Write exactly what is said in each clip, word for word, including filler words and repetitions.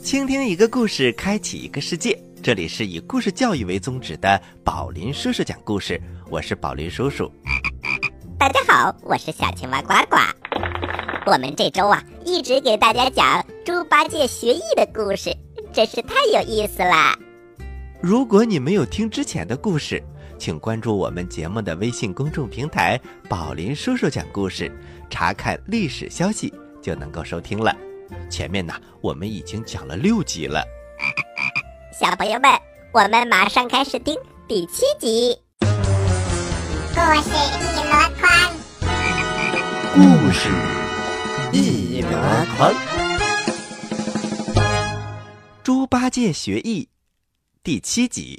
倾听一个故事，开启一个世界。这里是以故事教育为宗旨的宝林叔叔讲故事，我是宝林叔叔。 大家好，我是小青蛙呱呱。我们这周啊，一直给大家讲猪八戒学艺的故事，真是太有意思了。 如果你没有听之前的故事，请关注我们节目的微信公众平台宝林叔叔讲故事，查看历史消息就能够收听了。前面呢，我们已经讲了六集了。 小朋友们，我们马上开始听第七集。 故事一箩筐， 故事一箩筐。猪八戒学艺第七集。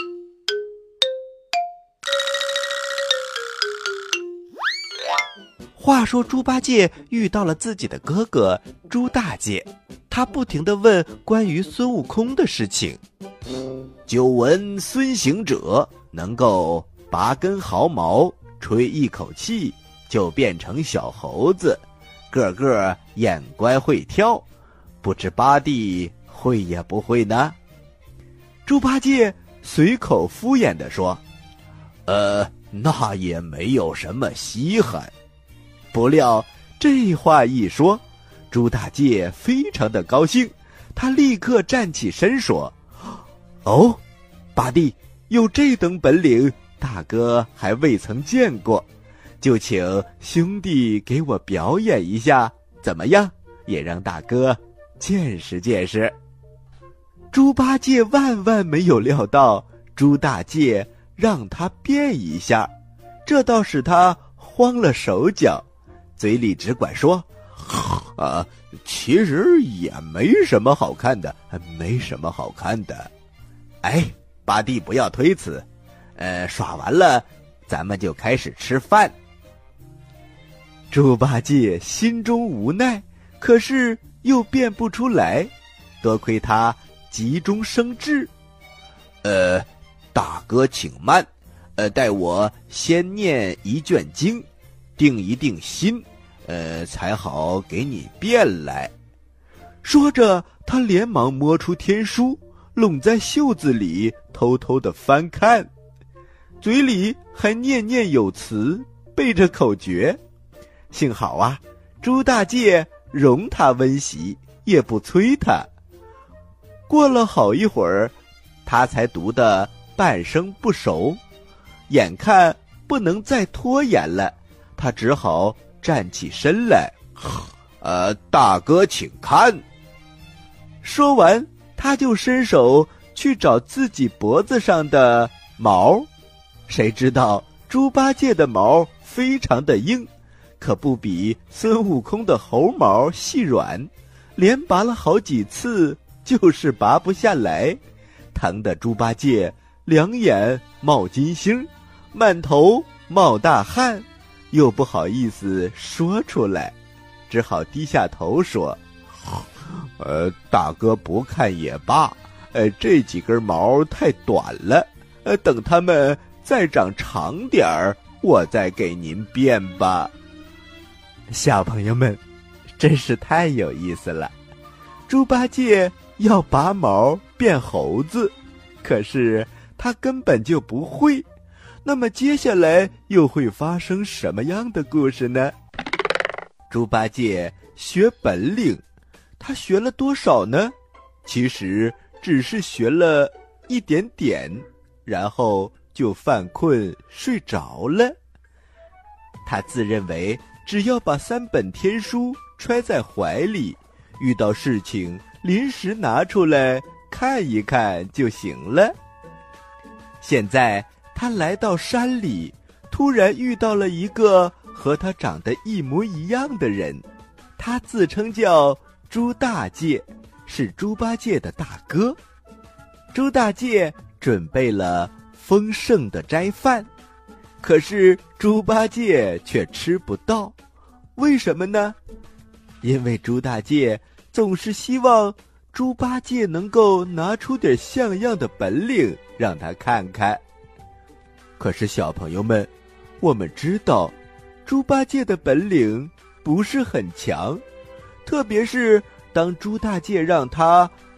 话说猪八戒遇到了自己的哥哥猪大戒，他不停地问关于孙悟空的事情。 久闻孙行者能够拔根毫毛，吹一口气就变成小猴子，个个眼乖会跳，不知八弟会也不会呢？猪八戒随口敷衍地说：呃，那也没有什么稀罕。不料这话一说，猪大戒非常的高兴，他立刻站起身说：哦，八弟有这等本领，大哥还未曾见过，就请兄弟给我表演一下，怎么样？也让大哥见识见识。猪八戒万万没有料到猪大戒让他变一下，这倒使他慌了手脚，嘴里只管说：啊，其实也没什么好看的，没什么好看的。哎，八弟不要推辞，呃，耍完了，咱们就开始吃饭。猪八戒心中无奈，可是又变不出来，多亏他急中生智。呃，大哥请慢，呃，待我先念一卷经，定一定心，呃，才好给你变来。说着，他连忙摸出天书，拢在袖子里，偷偷地翻看，嘴里还念念有词，背着口诀。幸好啊，猪大戒容他温习，也不催他。过了好一会儿，他才读得半生不熟，眼看不能再拖延了，他只好站起身来。呃，大哥请看。说完，他就伸手去找自己脖子上的毛，谁知道猪八戒的毛非常的硬，可不比孙悟空的猴毛细软，连拔了好几次就是拔不下来，疼得猪八戒两眼冒金星，满头冒大汗，又不好意思说出来，只好低下头说：呃，大哥不看也罢，呃，这几根毛太短了，呃，等它们再长长点儿，我再给您变吧。小朋友们，真是太有意思了。猪八戒要拔毛变猴子，可是他根本就不会。那么接下来又会发生什么样的故事呢？猪八戒学本领，他学了多少呢？其实只是学了一点点，然后就犯困睡着了。他自认为只要把三本天书揣在怀里，遇到事情临时拿出来看一看就行了。现在他来到山里，突然遇到了一个和他长得一模一样的人，他自称叫猪大戒，是猪八戒的大哥。猪大戒准备了丰盛的斋饭，可是猪八戒却吃不到，为什么呢？因为猪大戒总是希望猪八戒能够拿出点像样的本领让他看看。可是小朋友们，我们知道猪八戒的本领不是很强，特别是当猪大戒让他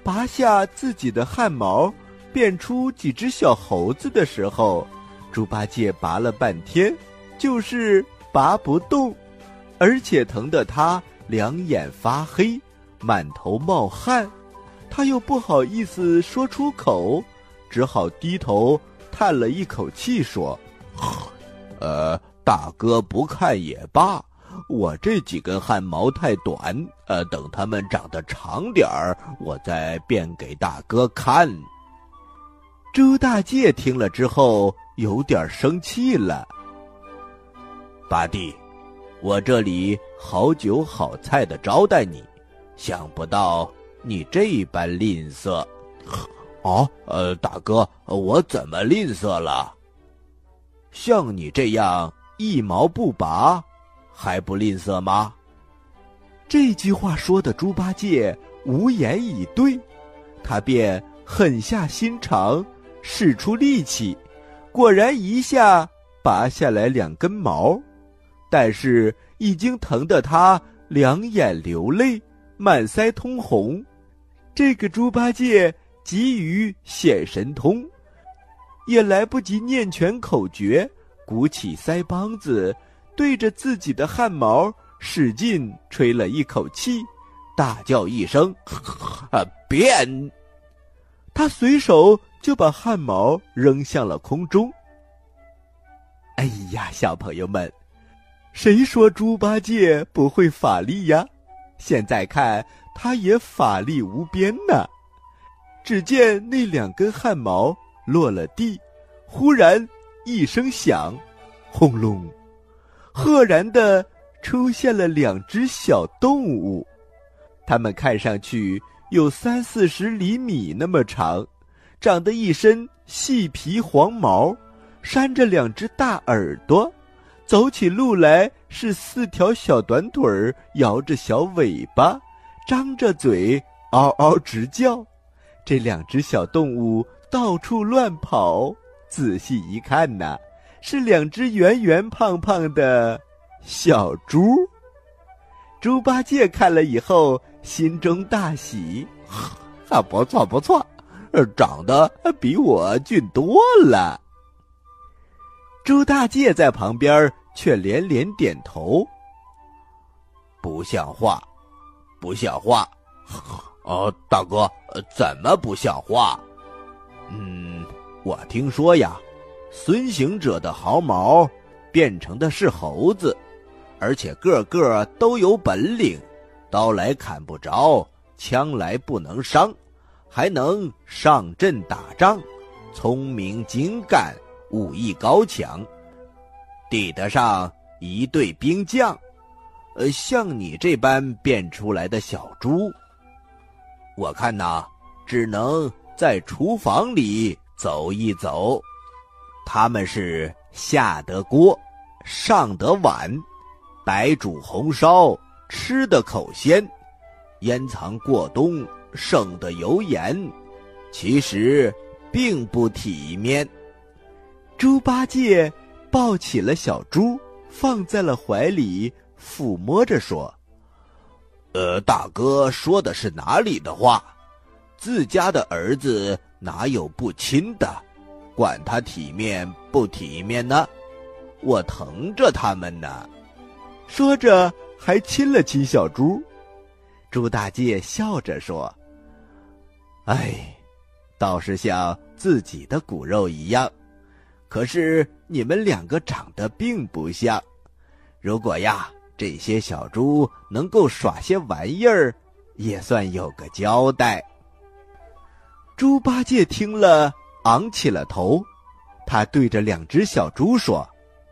拔下自己的汗毛，变出几只小猴子的时候，猪八戒拔了半天，就是拔不动，而且疼得他两眼发黑，满头冒汗。他又不好意思说出口，只好低头叹了一口气说：呃，大哥不看也罢，我这几根汗毛太短，呃，等它们长得长点儿，我再变给大哥看。猪大戒听了之后有点生气了：八弟，我这里好酒好菜的招待你，想不到你这般吝啬。哦，呃，大哥，我怎么吝啬了？像你这样一毛不拔，还不吝啬吗？这句话说的猪八戒无言以对，他便狠下心肠，使出力气，果然一下拔下来两根毛，但是已经疼得他两眼流泪，满腮通红。这个猪八戒急于显神通，也来不及念全口诀，鼓起腮帮子，对着自己的汗毛使劲吹了一口气，大叫一声：啊，变！他随手就把汗毛扔向了空中。哎呀，小朋友们，谁说猪八戒不会法力呀？现在看他也法力无边呢。只见那两根汗毛落了地，忽然一声响，轰隆，赫然的出现了两只小动物。它们看上去有三四十厘米那么长，长得一身细皮黄毛，扇着两只大耳朵，走起路来是四条小短腿儿，摇着小尾巴，张着嘴嗷嗷直叫。这两只小动物到处乱跑，仔细一看呐，是两只圆圆胖胖的小猪。猪八戒看了以后心中大喜，啊，不错不错，长得比我俊多了。猪大戒在旁边却连连点头：不像话，不像话。哦，大哥，怎么不像话？嗯，我听说呀，孙行者的毫毛变成的是猴子，而且个个都有本领，刀来砍不着，枪来不能伤，还能上阵打仗，聪明精干，武艺高强，抵得上一队兵将。呃，像你这般变出来的小猪，我看呐，只能在厨房里走一走。他们是下得锅，上得碗，白煮红烧，吃得口鲜，腌藏过冬，剩得油盐，其实并不体面。猪八戒抱起了小猪，放在了怀里，抚摸着说：呃，大哥说的是哪里的话？自家的儿子哪有不亲的？管他体面不体面呢？我疼着他们呢。说着还亲了亲小猪。猪大戒笑着说：哎，倒是像自己的骨肉一样，可是你们两个长得并不像。如果呀，这些小猪能够耍些玩意儿，也算有个交代。猪八戒听了昂起了头，他对着两只小猪说：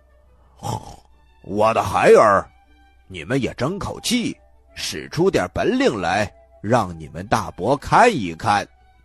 我的孩儿，你们也争口气，使出点本领来，让你们大伯看一看。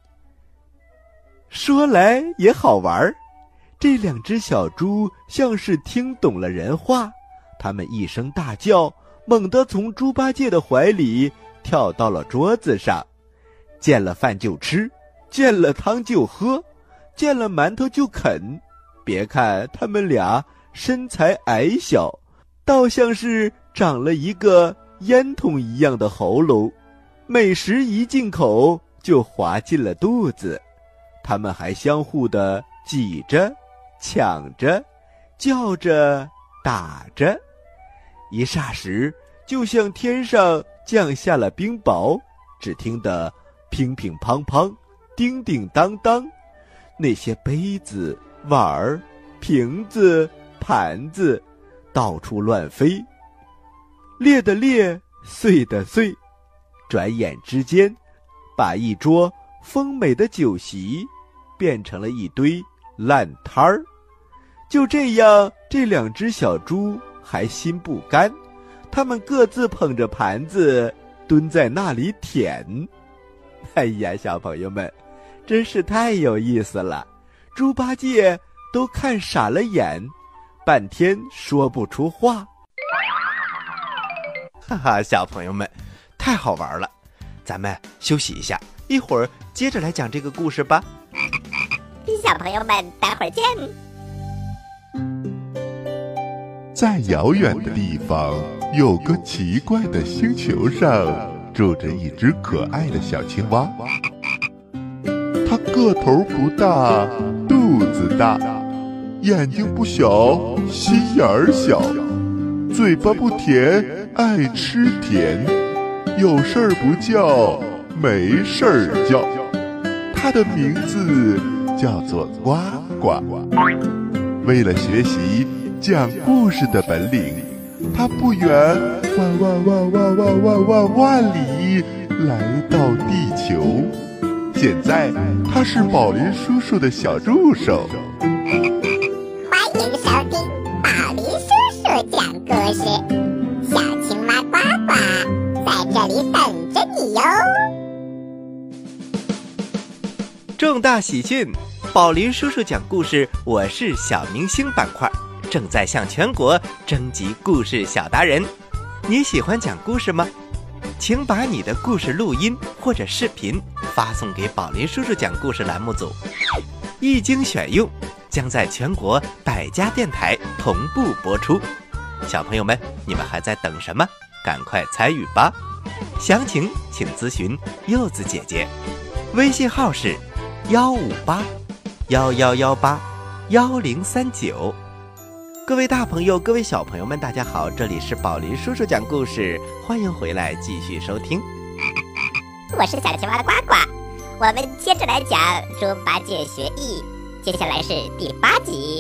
说来也好玩，这两只小猪像是听懂了人话，他们一声大叫，猛地从猪八戒的怀里跳到了桌子上，见了饭就吃，见了汤就喝，见了馒头就啃。别看他们俩身材矮小，倒像是长了一个烟筒一样的喉咙，美食一进口就滑进了肚子。他们还相互的挤着、抢着、叫着、打着，一霎时就像天上降下了冰雹，只听得乒乒乓乓、叮叮当当，那些杯子、碗儿、瓶子、盘子到处乱飞，裂的裂，碎的碎，转眼之间，把一桌丰美的酒席变成了一堆烂摊儿。就这样，这两只小猪还心不甘，他们各自捧着盘子蹲在那里舔。哎呀，小朋友们，真是太有意思了，猪八戒都看傻了眼，半天说不出话。 哈哈，小朋友们，太好玩了，咱们休息一下，一会儿接着来讲这个故事吧。 小朋友们，待会儿见。 在遥远的地方，有个奇怪的星球上，住着一只可爱的小青蛙。它个头不大，肚子大，眼睛不小，心眼儿小，嘴巴不甜，爱吃甜，有事儿不叫，没事儿叫。它的名字叫做呱呱。为了学习讲故事的本领，它不远万万万万万万万万里来到地球。现在他是宝林叔叔的小助手。 欢迎收听宝林叔叔讲故事，小青蛙呱呱在这里等着你哟。 重大喜讯，宝林叔叔讲故事我是小明星板块正在向全国征集故事小达人。你喜欢讲故事吗？请把你的故事录音或者视频发送给宝林叔叔讲故事栏目组，一经选用，将在全国百家电台同步播出。小朋友们，你们还在等什么？赶快参与吧！详情请咨询柚子姐姐，微信号是幺五八幺幺幺八幺零三九。各位大朋友，各位小朋友们，大家好，这里是宝林叔叔讲故事，欢迎回来继续收听。 我是小青蛙呱呱，我们接着来讲猪八戒学艺，接下来是第八集。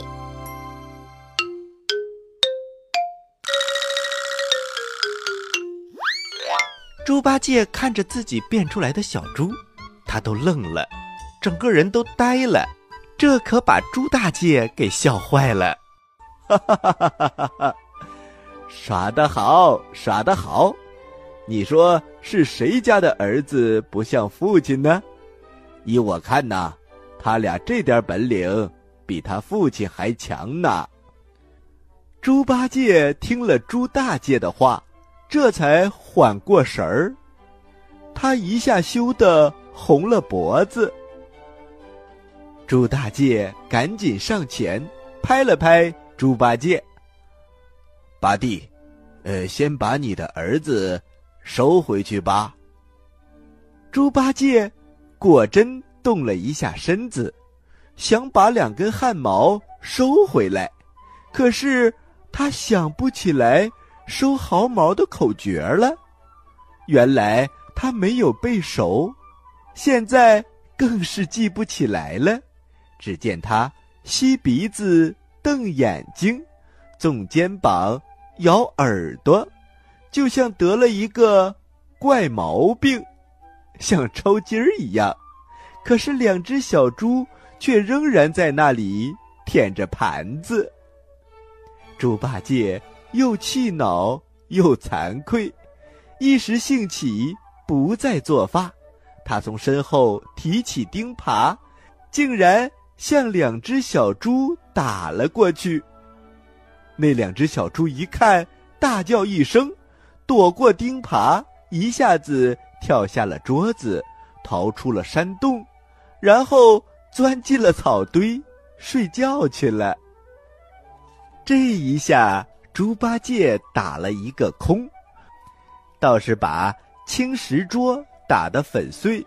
猪八戒看着自己变出来的小猪，他都愣了，整个人都呆了，这可把猪大戒给笑坏了。 哈哈哈哈哈哈！耍得好，耍得好！你说是谁家的儿子不像父亲呢？依我看呐，他俩这点本领比他父亲还强呢。猪八戒听了猪大戒的话，这才缓过神儿，他一下羞得红了脖子。猪大戒赶紧上前拍了拍猪八戒，八弟，呃，先把你的儿子收回去吧。猪八戒果真动了一下身子，想把两根汗毛收回来，可是他想不起来收毫毛的口诀了。原来他没有背熟，现在更是记不起来了。只见他吸鼻子，瞪眼睛，纵肩膀，摇耳朵，就像得了一个怪毛病，像抽筋儿一样。可是两只小猪却仍然在那里舔着盘子。猪八戒又气恼又惭愧，一时兴起不再做法，他从身后提起钉耙，竟然向两只小猪打了过去。那两只小猪一看，大叫一声，躲过钉耙，一下子跳下了桌子，逃出了山洞，然后钻进了草堆睡觉去了。这一下猪八戒打了一个空，倒是把青石桌打得粉碎，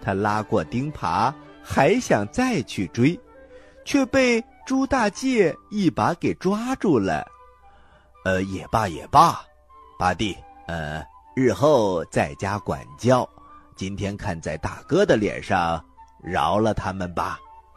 他拉过钉耙，还想再去追，却被猪大介一把给抓住了。呃，也罢也罢，八弟，呃，日后再加管教。今天看在大哥的脸上，饶了他们吧。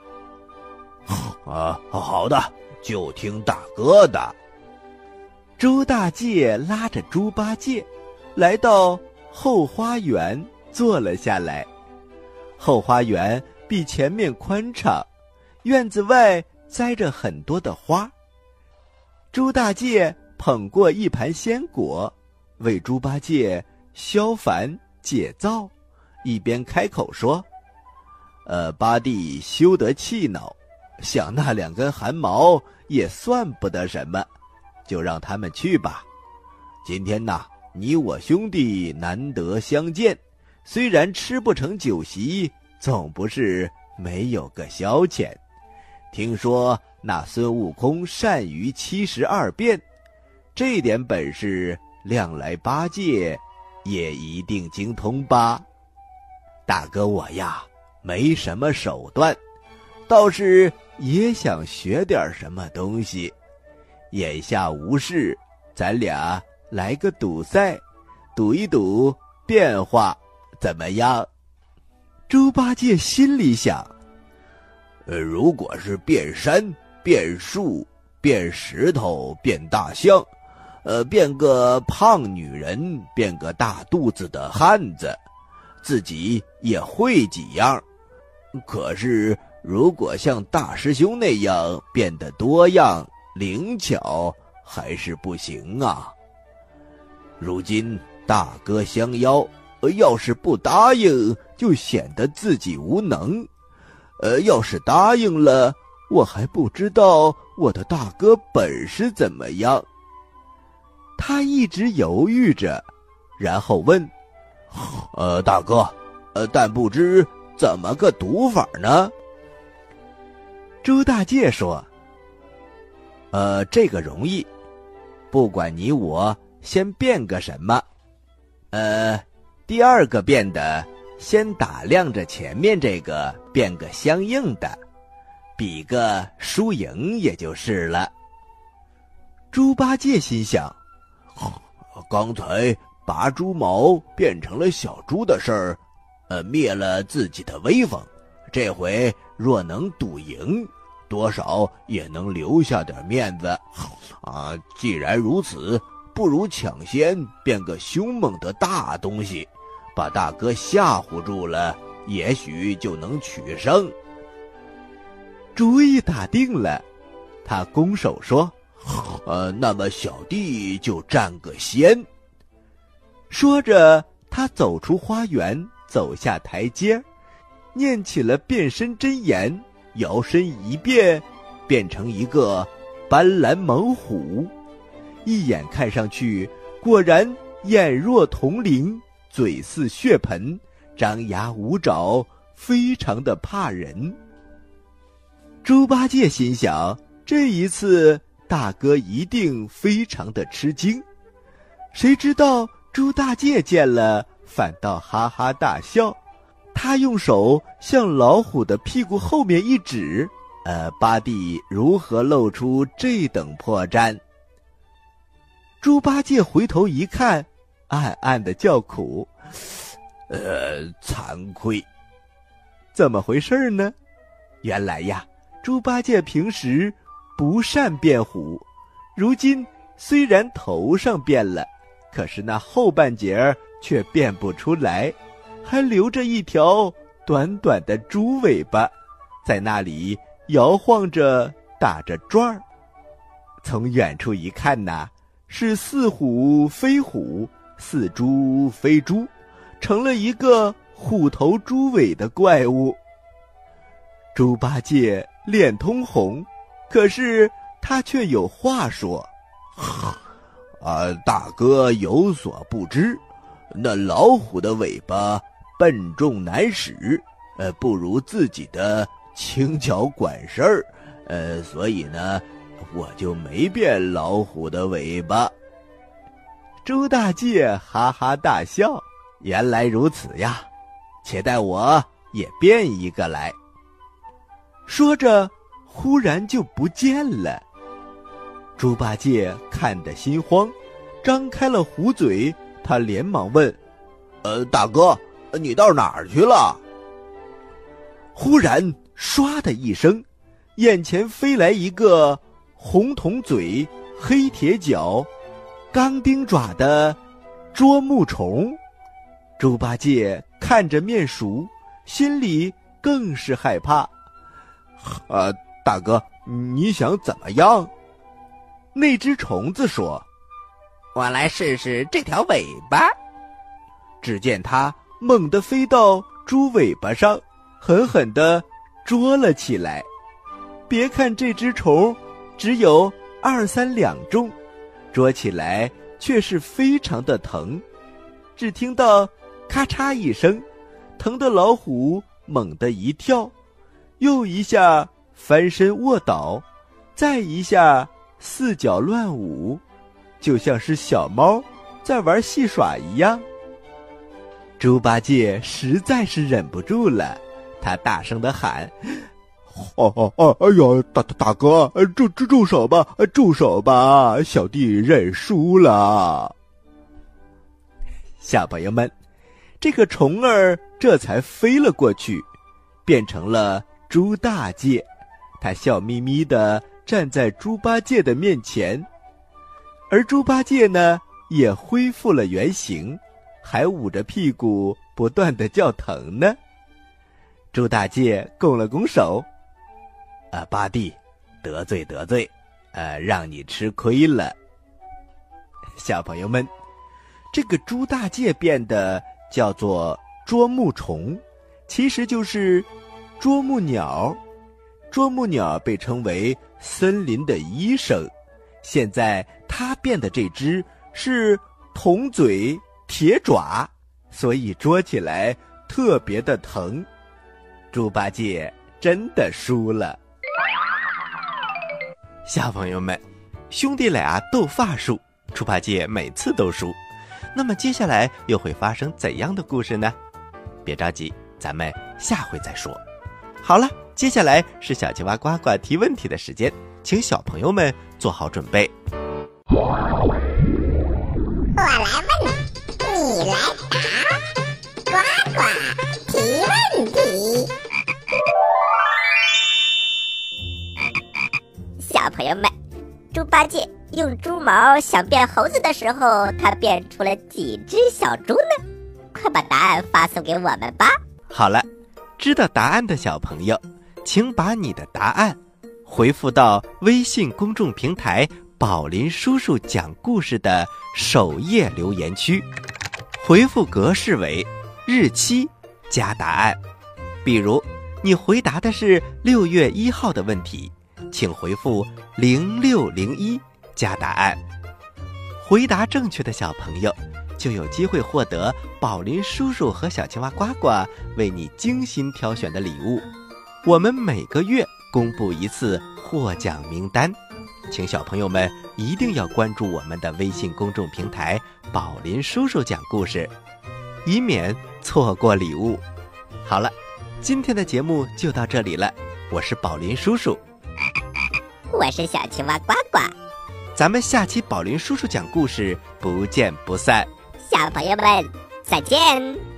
啊，好的，就听大哥的。猪大介拉着猪八戒，来到后花园坐了下来。后花园比前面宽敞，院子外栽着很多的花。猪大介捧过一盘鲜果，为猪八戒消烦解燥，一边开口说：呃，八弟休得气恼，想那两根汗毛也算不得什么，就让他们去吧。今天呐，你我兄弟难得相见，虽然吃不成酒席，总不是没有个消遣。听说那孙悟空善于七十二变，这点本事亮来八戒也一定精通吧？大哥我呀，没什么手段，倒是也想学点什么东西。眼下无事，咱俩来个赌赛，赌一赌变化怎么样？猪八戒心里想，呃，如果是变山、变树、变石头、变大象，呃，变个胖女人，变个大肚子的汉子，自己也会几样。可是如果像大师兄那样变得多样灵巧，还是不行啊。如今大哥相邀，要是不答应，就显得自己无能。呃，要是答应了，我还不知道我的大哥本事怎么样。他一直犹豫着，然后问：呃，大哥，呃，但不知怎么个赌法呢？猪大介说：呃，这个容易，不管你我先变个什么，呃，第二个变的，先打量着前面这个变个相应的，比个输赢也就是了。猪八戒心想，刚才拔猪毛变成了小猪的事儿，呃，灭了自己的威风，这回若能赌赢，多少也能留下点面子啊！既然如此，不如抢先变个凶猛的大东西，把大哥吓唬住了，也许就能取胜。主意打定了，他拱手说：呃，那么小弟就占个先。说着，他走出花园，走下台阶，念起了变身真言，摇身一变，变成一个斑斓猛虎。一眼看上去，果然眼若铜铃，嘴似血盆，张牙舞爪，非常的怕人。猪八戒心想，这一次大哥一定非常的吃惊。谁知道猪大戒见了，反倒哈哈大笑。他用手向老虎的屁股后面一指，呃，八弟如何露出这等破绽？猪八戒回头一看，暗暗的叫苦，呃，惭愧。怎么回事呢？原来呀，猪八戒平时不善变虎，如今虽然头上变了，可是那后半截儿却变不出来，还留着一条短短的猪尾巴，在那里摇晃着，打着转儿。从远处一看呐，是似虎非虎，似猪非猪，成了一个虎头猪尾的怪物。猪八戒脸通红，可是他却有话说：啊，大哥有所不知，那老虎的尾巴笨重难使，呃，不如自己的轻巧管事儿，呃，所以呢，我就没变老虎的尾巴。猪大戒哈哈大笑，原来如此呀！且待我也变一个来。说着，忽然就不见了。猪八戒看得心慌，张开了虎嘴，他连忙问：“呃，大哥，你到哪儿去了？”忽然，唰的一声，眼前飞来一个红铜嘴、黑铁脚、钢钉爪的捉木虫。猪八戒看着面熟，心里更是害怕。呃，大哥，你想怎么样？那只虫子说：“ 我来试试这条尾巴。” 只见它猛地飞到猪尾巴上，狠狠地捉了起来。别看这只虫只有二三两重，捉起来却是非常的疼。只听到咔嚓一声，疼得老虎猛地一跳，又一下翻身卧倒，再一下四脚乱舞，就像是小猫在玩戏耍一样。猪八戒实在是忍不住了，他大声地喊：“哦哦哦！哎呀，大大哥，住住住手吧，住手吧！小弟认输了。”小朋友们，这个虫儿这才飞了过去，变成了猪大戒。他笑眯眯地站在猪八戒的面前，而猪八戒呢，也恢复了原形，还捂着屁股不断地叫疼呢。猪大戒拱了拱手：“啊，八弟，得罪得罪，呃，让你吃亏了。”小朋友们，这个猪大戒变的叫做捉木虫，其实就是啄木鸟。啄木鸟被称为森林的医生，现在它变的这只是铜嘴铁爪，所以捉起来特别的疼。猪八戒真的输了。小朋友们，兄弟俩斗法术，猪八戒每次都输。那么接下来又会发生怎样的故事呢？别着急，咱们下回再说。好了，接下来是小青蛙呱呱提问题的时间，请小朋友们做好准备。 我来问，你来答，呱呱提问题。 小朋友们，猪八戒用猪毛想变猴子的时候，他变出了几只小猪呢？快把答案发送给我们吧。 好了，知道答案的小朋友，请把你的答案回复到微信公众平台宝林叔叔讲故事的首页留言区，回复格式为日期加答案。比如你回答的是六月一号的问题，请回复零六零一加答案。回答正确的小朋友就有机会获得宝林叔叔和小青蛙呱呱为你精心挑选的礼物。我们每个月公布一次获奖名单，请小朋友们一定要关注我们的微信公众平台宝林叔叔讲故事，以免错过礼物。好了，今天的节目就到这里了，我是宝林叔叔， 我是小青蛙呱呱， 咱们下期宝林叔叔讲故事不见不散。 小朋友们再见。